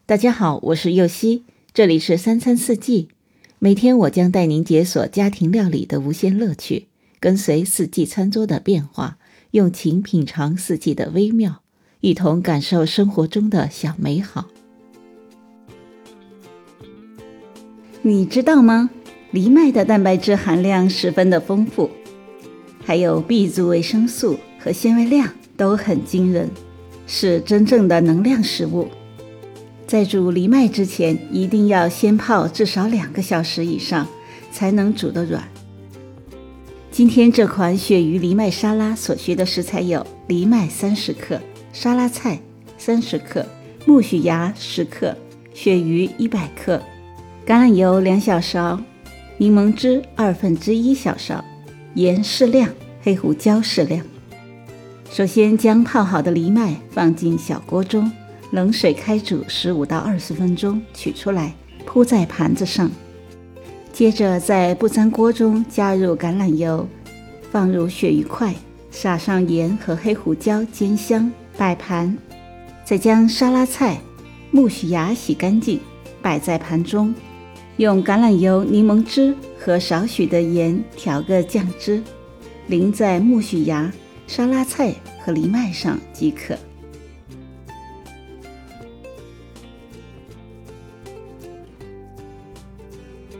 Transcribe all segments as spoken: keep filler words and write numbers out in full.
大家好，我是柚希，这里是三餐四季。每天我将带您解锁家庭料理的无限乐趣，跟随四季餐桌的变化，用情品尝四季的微妙，一同感受生活中的小美好。你知道吗？藜麦的蛋白质含量十分的丰富，还有 B 族维生素和纤维量都很惊人，是真正的能量食物。在煮藜麦之前，一定要先泡至少两个小时以上，才能煮得软。今天这款鳕鱼藜麦沙拉所需的食材有藜麦三十克、沙拉菜三十克、苜蓿芽十克、鳕鱼一百克、橄榄油两小勺、柠檬汁二分之一小勺、盐适量、黑胡椒适量。首先将泡好的藜麦放进小锅中，冷水开煮十五到二十分钟，取出来铺在盘子上。接着在不粘锅中加入橄榄油，放入鳕鱼块，撒上盐和黑胡椒煎香，摆盘。再将沙拉菜、苜蓿芽洗干净，摆在盘中，用橄榄油、柠檬汁和少许的盐调个酱汁，淋在苜蓿芽、沙拉菜和藜麦上即可。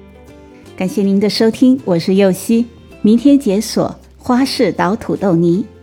感谢您的收听，我是柚希，明天解锁花式捣土豆泥。